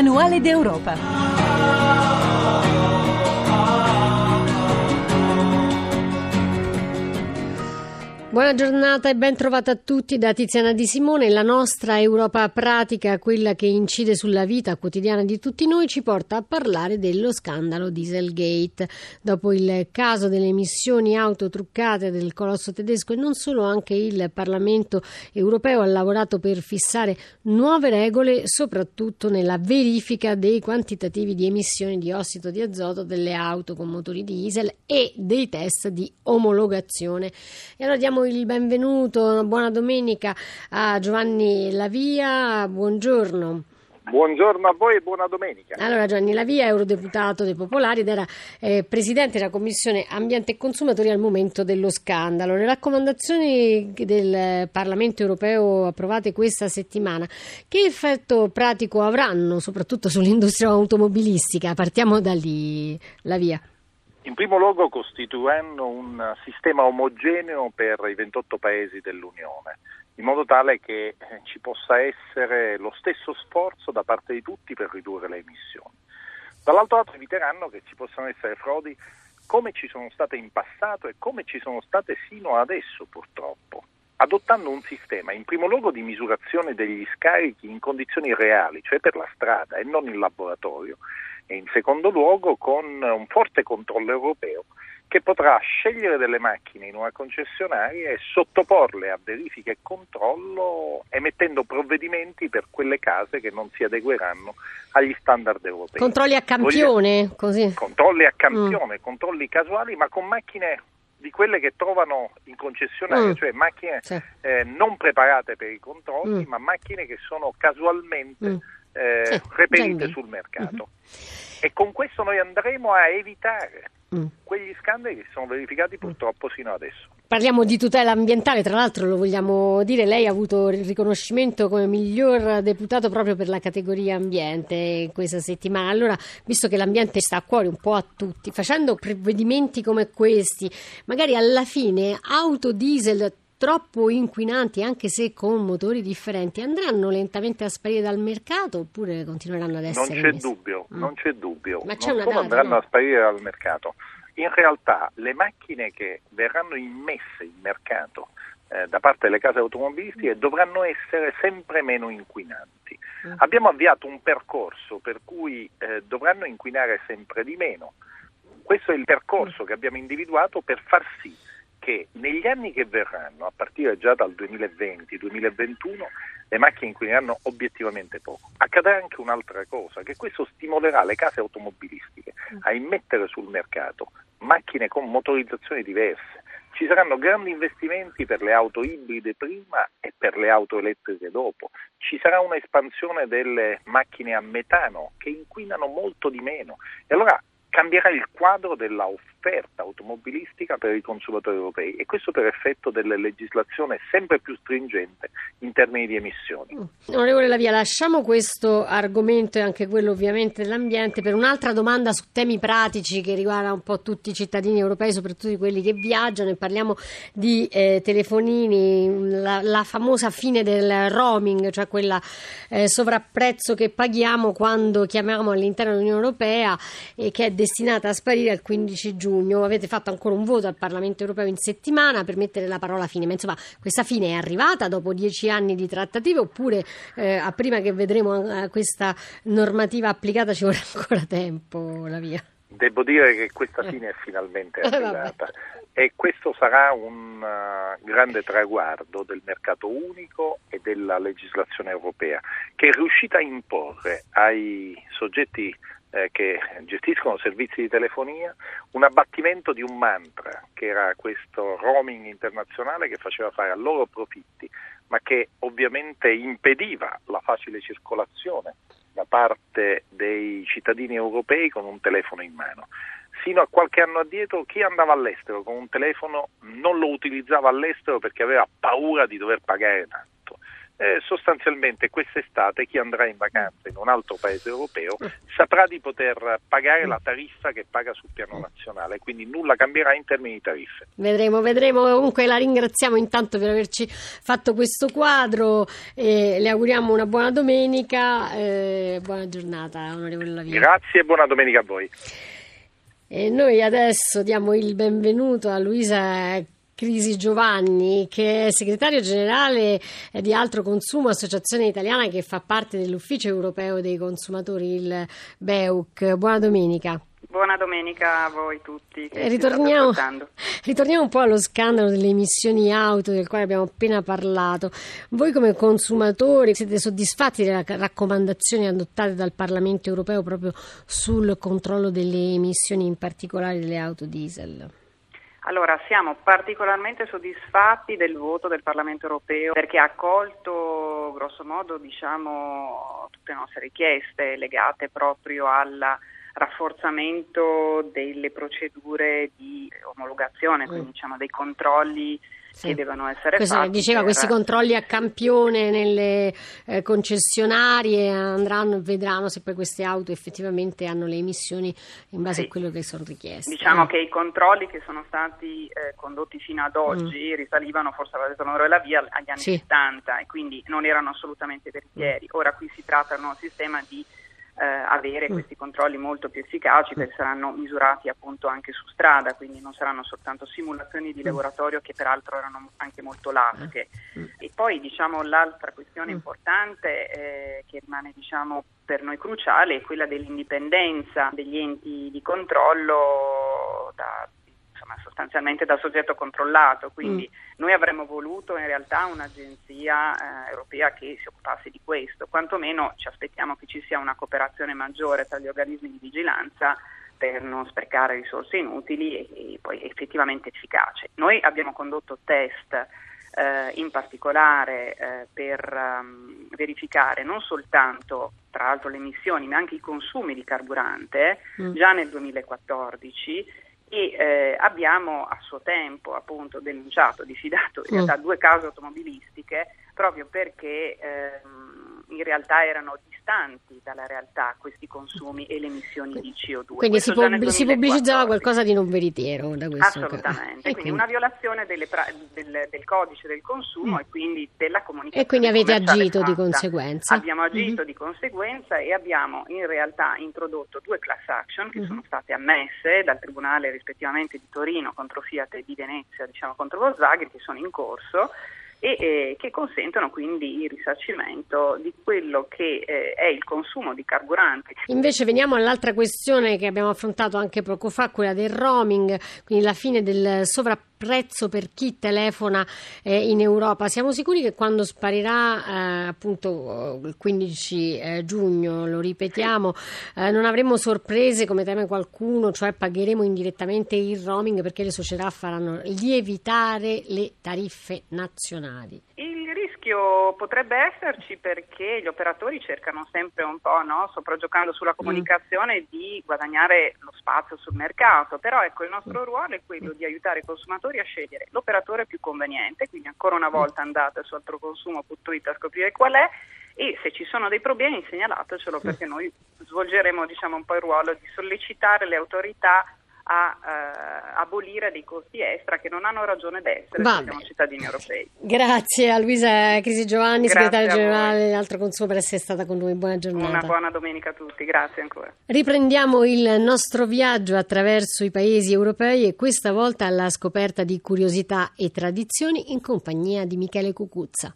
Manuale d'Europa. Buona giornata e ben trovata a tutti da Tiziana Di Simone. La nostra Europa pratica, quella che incide sulla vita quotidiana di tutti noi, ci porta a parlare dello scandalo Dieselgate. Dopo il caso delle emissioni auto truccate del colosso tedesco e non solo, anche il Parlamento europeo ha lavorato per fissare nuove regole, soprattutto nella verifica dei quantitativi di emissioni di ossido di azoto delle auto con motori diesel e dei test di omologazione. E allora diamo il benvenuto, una buona domenica a Giovanni Lavia. Buongiorno. Buongiorno a voi e buona domenica. Allora, Giovanni Lavia, eurodeputato dei Popolari ed era presidente della Commissione Ambiente e Consumatori al momento dello scandalo. Le raccomandazioni del Parlamento europeo approvate questa settimana, che effetto pratico avranno soprattutto sull'industria automobilistica? Partiamo da lì, Lavia. In primo luogo costituiranno un sistema omogeneo per i 28 paesi dell'Unione, in modo tale che ci possa essere lo stesso sforzo da parte di tutti per ridurre le emissioni. Dall'altro lato eviteranno che ci possano essere frodi come ci sono state in passato e come ci sono state sino adesso purtroppo, adottando un sistema in primo luogo di misurazione degli scarichi in condizioni reali, cioè per la strada e non in laboratorio, e in secondo luogo con un forte controllo europeo che potrà scegliere delle macchine in una concessionaria e sottoporle a verifica e controllo, emettendo provvedimenti per quelle case che non si adegueranno agli standard europei. Controlli a campione? Così. Controlli a campione, controlli casuali, ma con macchine di quelle che trovano in concessionaria, cioè macchine non preparate per i controlli, ma macchine che sono casualmente reperite sul mercato. E con questo noi andremo a evitare quegli scandali che si sono verificati purtroppo sino adesso. Parliamo di tutela ambientale, tra l'altro lo vogliamo dire, lei ha avuto il riconoscimento come miglior deputato proprio per la categoria ambiente questa settimana. Allora, visto che l'ambiente sta a cuore un po' a tutti, facendo provvedimenti come questi, magari alla fine auto diesel troppo inquinanti, anche se con motori differenti, andranno lentamente a sparire dal mercato oppure continueranno ad essere Non c'è dubbio. Ma c'è non una solo data, andranno no? a sparire dal mercato. In realtà le macchine che verranno immesse in mercato da parte delle case automobilistiche dovranno essere sempre meno inquinanti. Abbiamo avviato un percorso per cui dovranno inquinare sempre di meno. Questo è il percorso che abbiamo individuato per far sì che negli anni che verranno, a partire già dal 2020-2021, le macchine inquineranno obiettivamente poco. Accadrà anche un'altra cosa, che questo stimolerà le case automobilistiche a immettere sul mercato macchine con motorizzazioni diverse. Ci saranno grandi investimenti per le auto ibride prima e per le auto elettriche dopo. Ci sarà un'espansione delle macchine a metano che inquinano molto di meno. E allora cambierà il quadro della offerta automobilistica per i consumatori europei, e questo per effetto della legislazione sempre più stringente in termini di emissioni. Onorevole Lavia, lasciamo questo argomento e anche quello ovviamente dell'ambiente per un'altra domanda su temi pratici che riguarda un po' tutti i cittadini europei, soprattutto quelli che viaggiano, e parliamo di telefonini, la famosa fine del roaming, cioè quella sovrapprezzo che paghiamo quando chiamiamo all'interno dell'Unione Europea e che è destinata a sparire al 15 giugno. Avete fatto ancora un voto al Parlamento europeo in settimana per mettere la parola fine, ma insomma questa fine è arrivata dopo 10 anni di trattative oppure a prima che vedremo questa normativa applicata ci vorrà ancora tempo, Lavia? Devo dire che questa fine è finalmente arrivata e questo sarà un grande traguardo del mercato unico e della legislazione europea, che è riuscita a imporre ai soggetti che gestiscono servizi di telefonia un abbattimento di un mantra, che era questo roaming internazionale che faceva fare a loro profitti, ma che ovviamente impediva la facile circolazione da parte dei cittadini europei con un telefono in mano. Sino a qualche anno addietro chi andava all'estero con un telefono non lo utilizzava all'estero perché aveva paura di dover pagare tanto. sostanzialmente quest'estate chi andrà in vacanza in un altro paese europeo saprà di poter pagare la tariffa che paga sul piano nazionale, quindi nulla cambierà in termini di tariffe. Vedremo. Comunque la ringraziamo intanto per averci fatto questo quadro e le auguriamo una buona domenica, buona giornata, onorevole Lavia. Grazie e buona domenica a voi. E noi adesso diamo il benvenuto a Luisa Crisi Giovanni, che è segretario generale di Altro Consumo, associazione italiana che fa parte dell'Ufficio Europeo dei Consumatori, il BEUC. Buona domenica. Buona domenica a voi tutti che ritorniamo un po' allo scandalo delle emissioni auto del quale abbiamo appena parlato. Voi come consumatori siete soddisfatti delle raccomandazioni adottate dal Parlamento europeo proprio sul controllo delle emissioni, in particolare delle auto diesel? Allora, siamo particolarmente soddisfatti del voto del Parlamento europeo perché ha accolto grosso modo tutte le nostre richieste legate proprio al rafforzamento delle procedure di omologazione, quindi dei controlli che devono essere fatti. Diceva, questi controlli a campione nelle concessionarie andranno e vedranno se poi queste auto effettivamente hanno le emissioni in base a quello che sono richieste. Diciamo che i controlli che sono stati condotti fino ad oggi risalivano, forse aveva detto l'onorevole Lavia, agli anni 70 e quindi non erano assolutamente veritieri. Ora qui si tratta di un sistema di avere questi controlli molto più efficaci, perché saranno misurati appunto anche su strada, quindi non saranno soltanto simulazioni di laboratorio che peraltro erano anche molto lasche. E poi l'altra questione importante che rimane per noi cruciale è quella dell'indipendenza degli enti di controllo sostanzialmente dal soggetto controllato, quindi noi avremmo voluto in realtà un'agenzia europea che si occupasse di questo, quantomeno ci aspettiamo che ci sia una cooperazione maggiore tra gli organismi di vigilanza per non sprecare risorse inutili e poi effettivamente efficace. Noi abbiamo condotto test in particolare per verificare non soltanto tra l'altro le emissioni ma anche i consumi di carburante già nel 2014 e abbiamo a suo tempo appunto denunciato, diffidato in realtà 2 case automobilistiche proprio perché in realtà erano distanti dalla realtà questi consumi e le emissioni di CO2. Quindi si pubblicizzava qualcosa di non veritiero da questo. Assolutamente, quindi una violazione del codice del consumo e quindi della comunicazione. E quindi avete agito fatta. Di conseguenza. Abbiamo agito di conseguenza e abbiamo in realtà introdotto 2 class action che sono state ammesse dal Tribunale rispettivamente di Torino contro Fiat e di Venezia, contro Volkswagen, che sono in corso e che consentono quindi il risarcimento di quello che è il consumo di carburante. Invece veniamo all'altra questione che abbiamo affrontato anche poco fa, quella del roaming, quindi la fine del sovrapprezzo per chi telefona in Europa. Siamo sicuri che quando sparirà appunto il 15 giugno, lo ripetiamo, non avremo sorprese come teme qualcuno, cioè pagheremo indirettamente il roaming perché le società faranno lievitare le tariffe nazionali? Il rischio potrebbe esserci perché gli operatori cercano sempre un po', sopraggiocando sulla comunicazione, di guadagnare lo spazio sul mercato, però ecco il nostro ruolo è quello di aiutare i consumatori a scegliere l'operatore più conveniente, quindi ancora una volta andate su altroconsumo.it a scoprire qual è e se ci sono dei problemi segnalatecelo perché noi svolgeremo un po' il ruolo di sollecitare le autorità a abolire dei costi extra che non hanno ragione d'essere se siamo cittadini europei. Grazie a Luisa Crisi Giovanni, segretaria generale di Altro Consumo, per essere stata con noi. Buona giornata. Una buona domenica a tutti, grazie ancora. Riprendiamo il nostro viaggio attraverso i paesi europei e questa volta alla scoperta di curiosità e tradizioni in compagnia di Michele Cucuzza.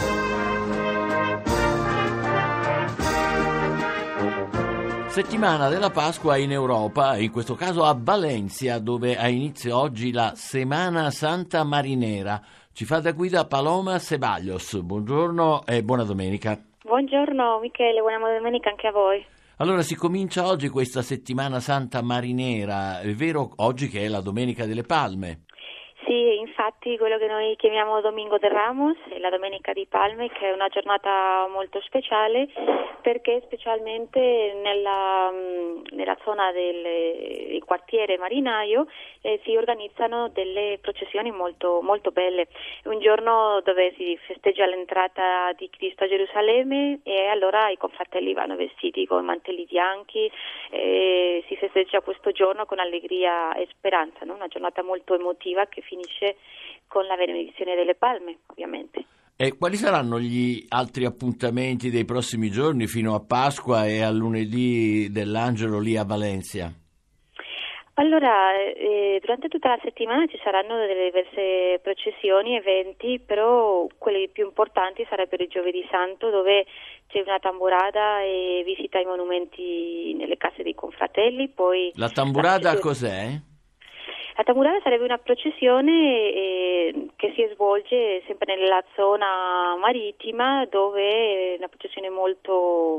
Settimana della Pasqua in Europa, in questo caso a Valencia, dove ha inizio oggi la Semana Santa Marinera. Ci fa da guida Paloma Ceballos. Buongiorno e buona domenica. Buongiorno Michele, buona domenica anche a voi. Allora si comincia oggi questa Settimana Santa Marinera, è vero oggi che è la Domenica delle Palme? Sì, Sì, infatti quello che noi chiamiamo Domingo de Ramos è la Domenica di Palme, che è una giornata molto speciale perché specialmente nella zona del quartiere marinaio si organizzano delle processioni molto, molto belle. È un giorno dove si festeggia l'entrata di Cristo a Gerusalemme e allora i confratelli vanno vestiti con mantelli bianchi e si festeggia questo giorno con allegria e speranza, no? Una giornata molto emotiva che finisce con la benedizione delle palme, ovviamente. E quali saranno gli altri appuntamenti dei prossimi giorni fino a Pasqua e al lunedì dell'Angelo lì a Valencia? Allora, durante tutta la settimana ci saranno delle diverse processioni, eventi, però quelli più importanti sarebbero il Giovedì Santo, dove c'è una tamburada e visita ai monumenti nelle case dei confratelli. Poi la tamburada cos'è? La tamburada sarebbe una processione che si svolge sempre nella zona marittima, dove è una processione molto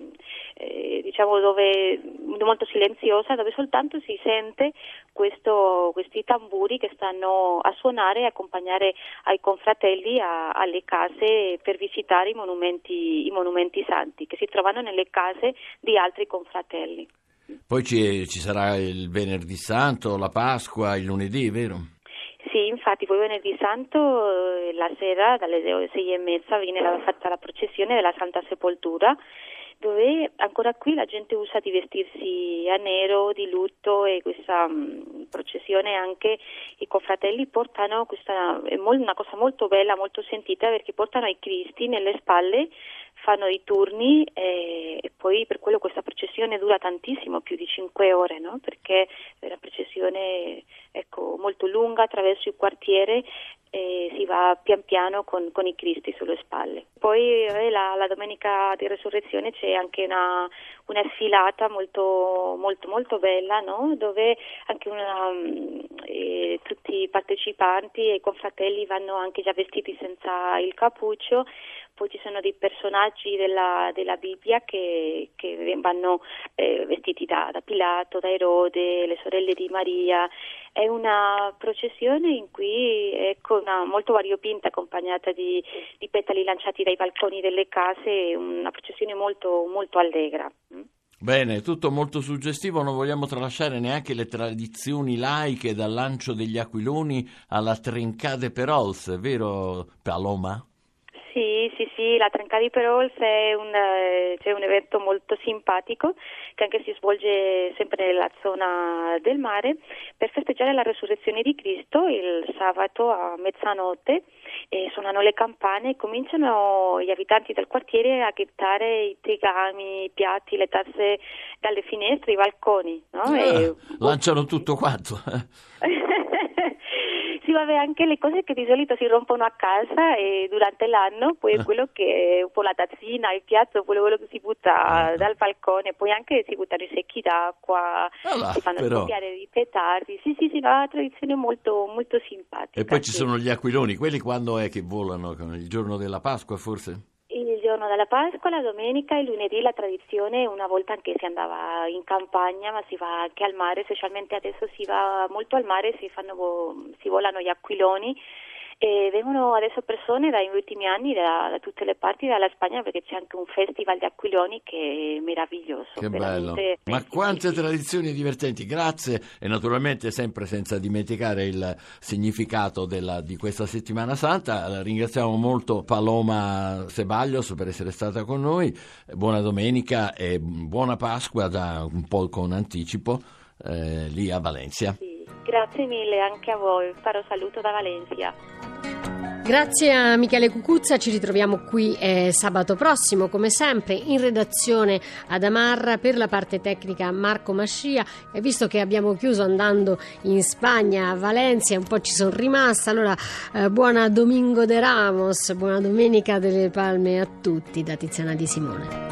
molto silenziosa, dove soltanto si sente questi tamburi che stanno a suonare e accompagnare ai confratelli alle case per visitare i monumenti santi che si trovano nelle case di altri confratelli. Poi ci sarà il Venerdì Santo, la Pasqua, il lunedì, vero? Sì, infatti poi venerdì santo la sera dalle 6:30 viene fatta la processione della Santa Sepoltura, dove ancora qui la gente usa di vestirsi a nero, di lutto, e questa processione anche i confratelli portano, è una cosa molto bella, molto sentita, perché portano i Cristi nelle spalle, fanno i turni e poi per quello questa processione dura tantissimo, più di 5 ore, no? Perché è una processione molto lunga attraverso il quartiere e si va pian piano con i Cristi sulle spalle. Poi la domenica di Resurrezione c'è anche una sfilata molto molto molto bella, no? Dove anche tutti i partecipanti e i confratelli vanno anche già vestiti senza il cappuccio. Poi ci sono dei personaggi della Bibbia che vanno vestiti da Pilato, da Erode, le sorelle di Maria. È una processione in cui molto variopinta, accompagnata di petali lanciati dai balconi delle case, una processione molto molto allegra. Bene, tutto molto suggestivo, non vogliamo tralasciare neanche le tradizioni laiche, dal lancio degli aquiloni alla Trencade Perols, vero Paloma? Sì, la Trencade Perols è un evento molto simpatico che anche si svolge sempre nella zona del mare per festeggiare la resurrezione di Cristo il sabato a mezzanotte. Suonano le campane e cominciano gli abitanti del quartiere a gettare i tegami, i piatti, le tazze dalle finestre, i balconi, no? Lanciano tutto quanto. Sì, vabbè, anche le cose che di solito si rompono a casa e durante l'anno, poi è quello che un po' la tazzina, il piatto, quello che si butta dal balcone, poi anche si buttano i secchi d'acqua, si fanno scoppiare i petardi. Sì, una tradizione molto molto simpatica. E poi ci sono gli aquiloni, quelli quando è che volano? Il giorno della Pasqua forse? Il giorno della Pasqua, la domenica e il lunedì la tradizione, una volta anche si andava in campagna, ma si va anche al mare, specialmente adesso si va molto al mare, si volano gli aquiloni e vengono adesso persone dagli ultimi anni da tutte le parti della Spagna, perché c'è anche un festival di aquiloni che è meraviglioso. Che bello, ma quante tradizioni divertenti, grazie, e naturalmente sempre senza dimenticare il significato di questa settimana santa. Ringraziamo molto Paloma Ceballos per essere stata con noi, buona domenica e buona Pasqua un po' con anticipo lì a Valencia. Sì. Grazie mille anche a voi, caro saluto da Valencia. Grazie a Michele Cucuzza, ci ritroviamo qui sabato prossimo, come sempre, in redazione ad Amarra, per la parte tecnica Marco Mascia, e visto che abbiamo chiuso andando in Spagna, a Valencia, un po' ci sono rimasta, allora buona Domingo de Ramos, buona Domenica delle Palme a tutti da Tiziana Di Simone.